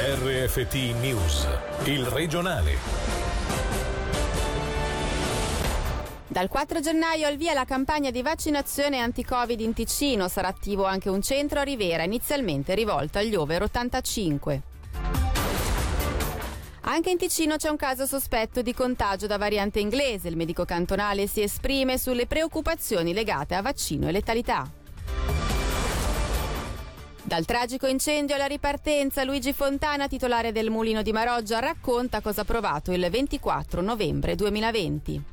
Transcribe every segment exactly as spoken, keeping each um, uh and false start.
R F T News, il regionale. Dal quattro gennaio al via la campagna di vaccinazione anti-Covid in Ticino. Sarà attivo anche un centro a Rivera, inizialmente rivolto agli over ottantacinque. Anche in Ticino c'è un caso sospetto di contagio da variante inglese. Il medico cantonale si esprime sulle preoccupazioni legate a vaccino e letalità. Dal tragico incendio alla ripartenza, Luigi Fontana, titolare del Mulino di Maroggia, racconta cosa ha provato il ventiquattro novembre duemilaventi.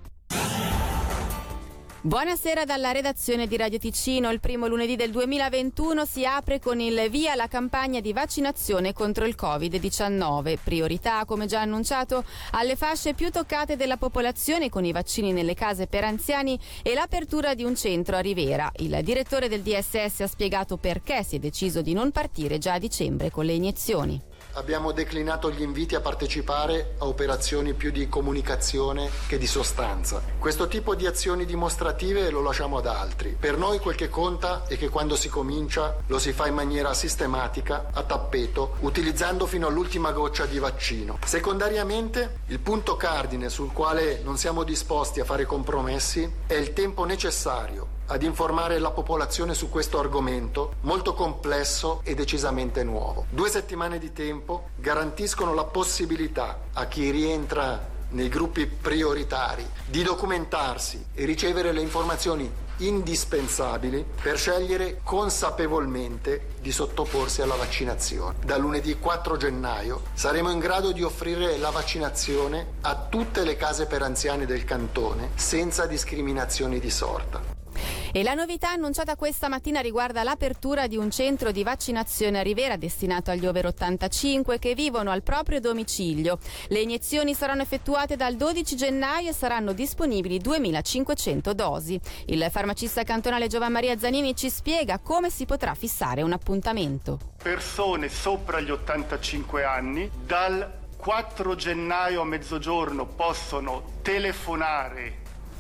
Buonasera dalla redazione di Radio Ticino. Il primo lunedì del duemilaventuno si apre con il via la campagna di vaccinazione contro il covid diciannove. Priorità, come già annunciato, alle fasce più toccate della popolazione con i vaccini nelle case per anziani e l'apertura di un centro a Rivera. Il direttore del D S S ha spiegato perché si è deciso di non partire già a dicembre con le iniezioni. Abbiamo declinato gli inviti a partecipare a operazioni più di comunicazione che di sostanza. Questo tipo di azioni dimostrative lo lasciamo ad altri. Per noi quel che conta è che quando si comincia lo si fa in maniera sistematica, a tappeto, utilizzando fino all'ultima goccia di vaccino. Secondariamente, il punto cardine sul quale non siamo disposti a fare compromessi è il tempo necessario ad informare la popolazione su questo argomento molto complesso e decisamente nuovo. Due settimane di tempo garantiscono la possibilità a chi rientra nei gruppi prioritari di documentarsi e ricevere le informazioni indispensabili per scegliere consapevolmente di sottoporsi alla vaccinazione. Da lunedì quattro gennaio saremo in grado di offrire la vaccinazione a tutte le case per anziani del cantone senza discriminazioni di sorta. E la novità annunciata questa mattina riguarda l'apertura di un centro di vaccinazione a Rivera destinato agli over ottantacinque che vivono al proprio domicilio. Le iniezioni saranno effettuate dal dodici gennaio e saranno disponibili duemilacinquecento dosi. Il farmacista cantonale Giovan Maria Zanini ci spiega come si potrà fissare un appuntamento. Persone sopra gli ottantacinque anni dal quattro gennaio a mezzogiorno possono telefonare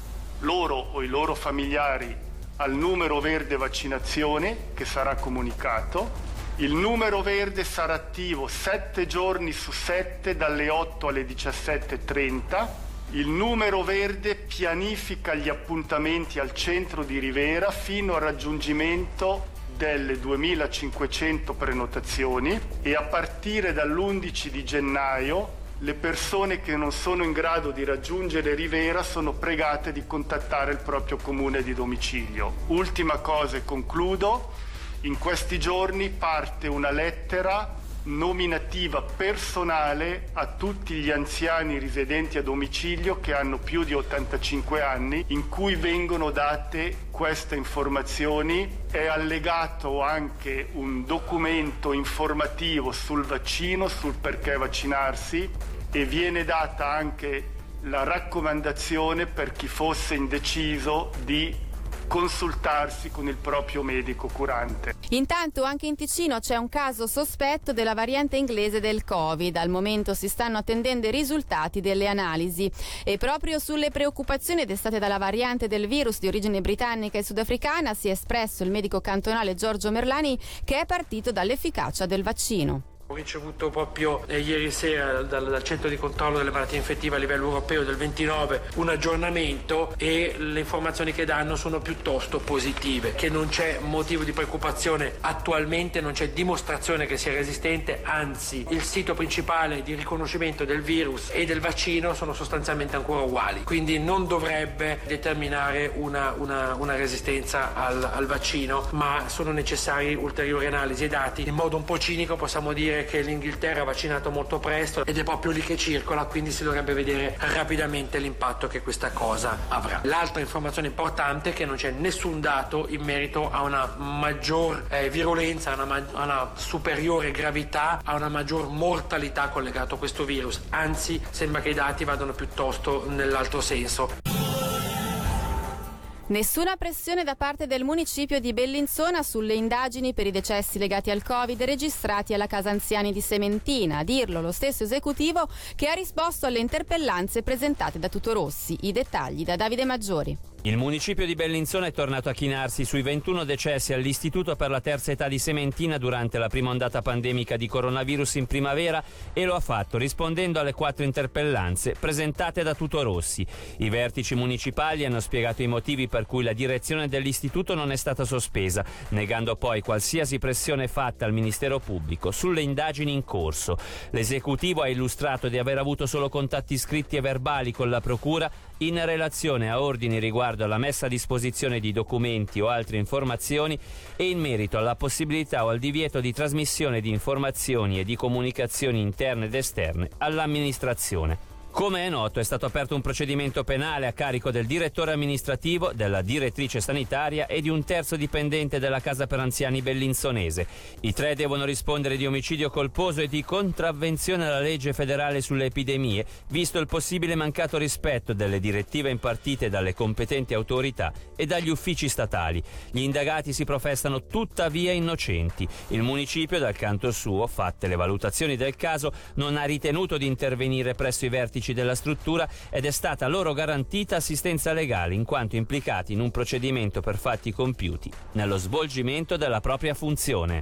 loro o i loro familiari al numero verde vaccinazione che sarà comunicato. Il numero verde sarà attivo sette giorni su sette dalle otto alle diciassette e trenta. Il numero verde pianifica gli appuntamenti al centro di Rivera fino al raggiungimento delle duemilacinquecento prenotazioni e a partire dall'undici di gennaio le persone che non sono in grado di raggiungere Rivera sono pregate di contattare il proprio comune di domicilio. Ultima cosa e concludo, in questi giorni parte una lettera nominativa personale a tutti gli anziani risidenti a domicilio che hanno più di ottantacinque anni, in cui vengono date queste informazioni. È allegato anche un documento informativo sul vaccino, sul perché vaccinarsi, e viene data anche la raccomandazione per chi fosse indeciso di consultarsi con il proprio medico curante. Intanto anche in Ticino c'è un caso sospetto della variante inglese del Covid. Al momento si stanno attendendo i risultati delle analisi e proprio sulle preoccupazioni destate dalla variante del virus di origine britannica e sudafricana si è espresso il medico cantonale Giorgio Merlani, che è partito dall'efficacia del vaccino. Ho ricevuto proprio eh, ieri sera dal, dal centro di controllo delle malattie infettive a livello europeo del ventinove un aggiornamento e le informazioni che danno sono piuttosto positive, che non c'è motivo di preoccupazione attualmente, non c'è dimostrazione che sia resistente, anzi il sito principale di riconoscimento del virus e del vaccino sono sostanzialmente ancora uguali, quindi non dovrebbe determinare una, una, una resistenza al, al vaccino, ma sono necessari ulteriori analisi e dati. In modo un po' cinico possiamo dire che l'Inghilterra ha vaccinato molto presto ed è proprio lì che circola, quindi si dovrebbe vedere rapidamente l'impatto che questa cosa avrà. L'altra informazione importante è che non c'è nessun dato in merito a una maggior eh, virulenza, a una, ma- a una superiore gravità, a una maggior mortalità collegata a questo virus, anzi sembra che i dati vadano piuttosto nell'altro senso. Nessuna pressione da parte del municipio di Bellinzona sulle indagini per i decessi legati al Covid registrati alla casa anziani di Sementina. A dirlo lo stesso esecutivo che ha risposto alle interpellanze presentate da Tutorossi. I dettagli da Davide Maggiori. Il municipio di Bellinzona è tornato a chinarsi sui ventuno decessi all'Istituto per la terza età di Sementina durante la prima ondata pandemica di coronavirus in primavera, e lo ha fatto rispondendo alle quattro interpellanze presentate da Tuto Rossi. I vertici municipali hanno spiegato i motivi per cui la direzione dell'istituto non è stata sospesa, negando poi qualsiasi pressione fatta al Ministero Pubblico sulle indagini in corso. L'esecutivo ha illustrato di aver avuto solo contatti scritti e verbali con la Procura in relazione a ordini riguardo alla messa a disposizione di documenti o altre informazioni e in merito alla possibilità o al divieto di trasmissione di informazioni e di comunicazioni interne ed esterne all'amministrazione. Come è noto, è stato aperto un procedimento penale a carico del direttore amministrativo, della direttrice sanitaria e di un terzo dipendente della casa per anziani bellinzonese. I tre devono rispondere di omicidio colposo e di contravvenzione alla legge federale sulle epidemie, visto il possibile mancato rispetto delle direttive impartite dalle competenti autorità e dagli uffici statali. Gli indagati si professano tuttavia innocenti. Il municipio, dal canto suo, fatte le valutazioni del caso, non ha ritenuto di intervenire presso i vertici della struttura ed è stata loro garantita assistenza legale in quanto implicati in un procedimento per fatti compiuti nello svolgimento della propria funzione.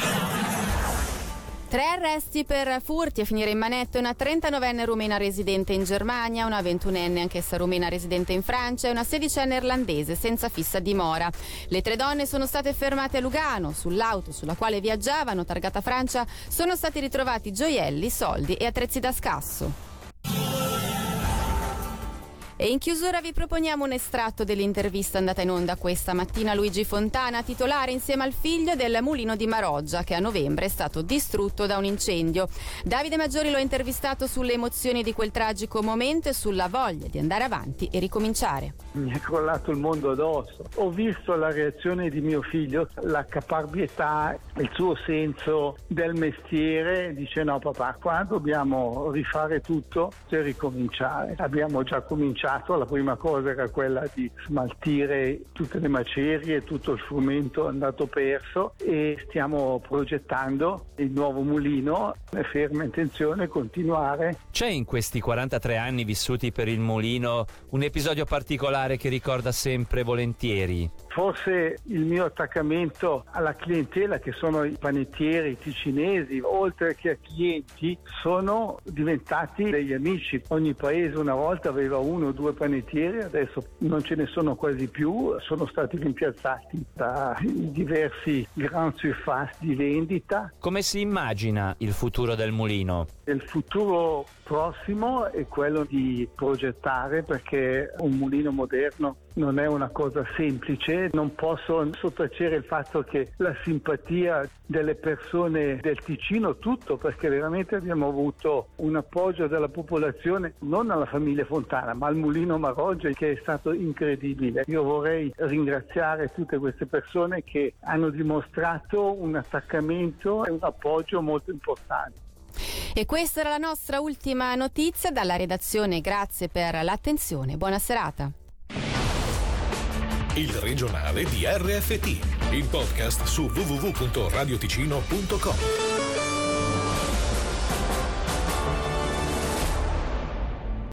Tre arresti per furti a finire in manette: una trentanovenne rumena residente in Germania, una ventunenne anch'essa rumena residente in Francia e una sedicenne irlandese senza fissa dimora. Le tre donne sono state fermate a Lugano. Sull'auto sulla quale viaggiavano, targata Francia, sono stati ritrovati gioielli, soldi e attrezzi da scasso. E in chiusura vi proponiamo un estratto dell'intervista andata in onda questa mattina a Luigi Fontana, titolare insieme al figlio del mulino di Maroggia, che a novembre è stato distrutto da un incendio. Davide Maggiori lo ha intervistato sulle emozioni di quel tragico momento e sulla voglia di andare avanti e ricominciare. Mi è crollato il mondo addosso. Ho visto la reazione di mio figlio, la caparbietà, il suo senso del mestiere. Dice: no papà, qua dobbiamo rifare tutto e ricominciare. Abbiamo già cominciato. La prima cosa era quella di smaltire tutte le macerie, tutto il frumento andato perso, e stiamo progettando il nuovo mulino. È ferma intenzione continuare. C'è in questi quarantatré anni vissuti per il mulino un episodio particolare che ricorda sempre volentieri? Forse il mio attaccamento alla clientela, che sono i panettieri, i ticinesi, oltre che a clienti, sono diventati degli amici. Ogni paese una volta aveva uno o due panettieri, adesso non ce ne sono quasi più, sono stati rimpiazzati da diversi grand surface di vendita. Come si immagina il futuro del mulino? Il futuro prossimo è quello di progettare, perché un mulino moderno non è una cosa semplice. Non posso sottacere il fatto che la simpatia delle persone del Ticino, tutto, perché veramente abbiamo avuto un appoggio della popolazione, non alla famiglia Fontana ma al mulino Maroggia, che è stato incredibile. Io vorrei ringraziare tutte queste persone che hanno dimostrato un attaccamento e un appoggio molto importante. E questa era la nostra ultima notizia dalla redazione. Grazie per l'attenzione, buona serata. Il regionale di R F T, il podcast su w w w punto radioticino punto com.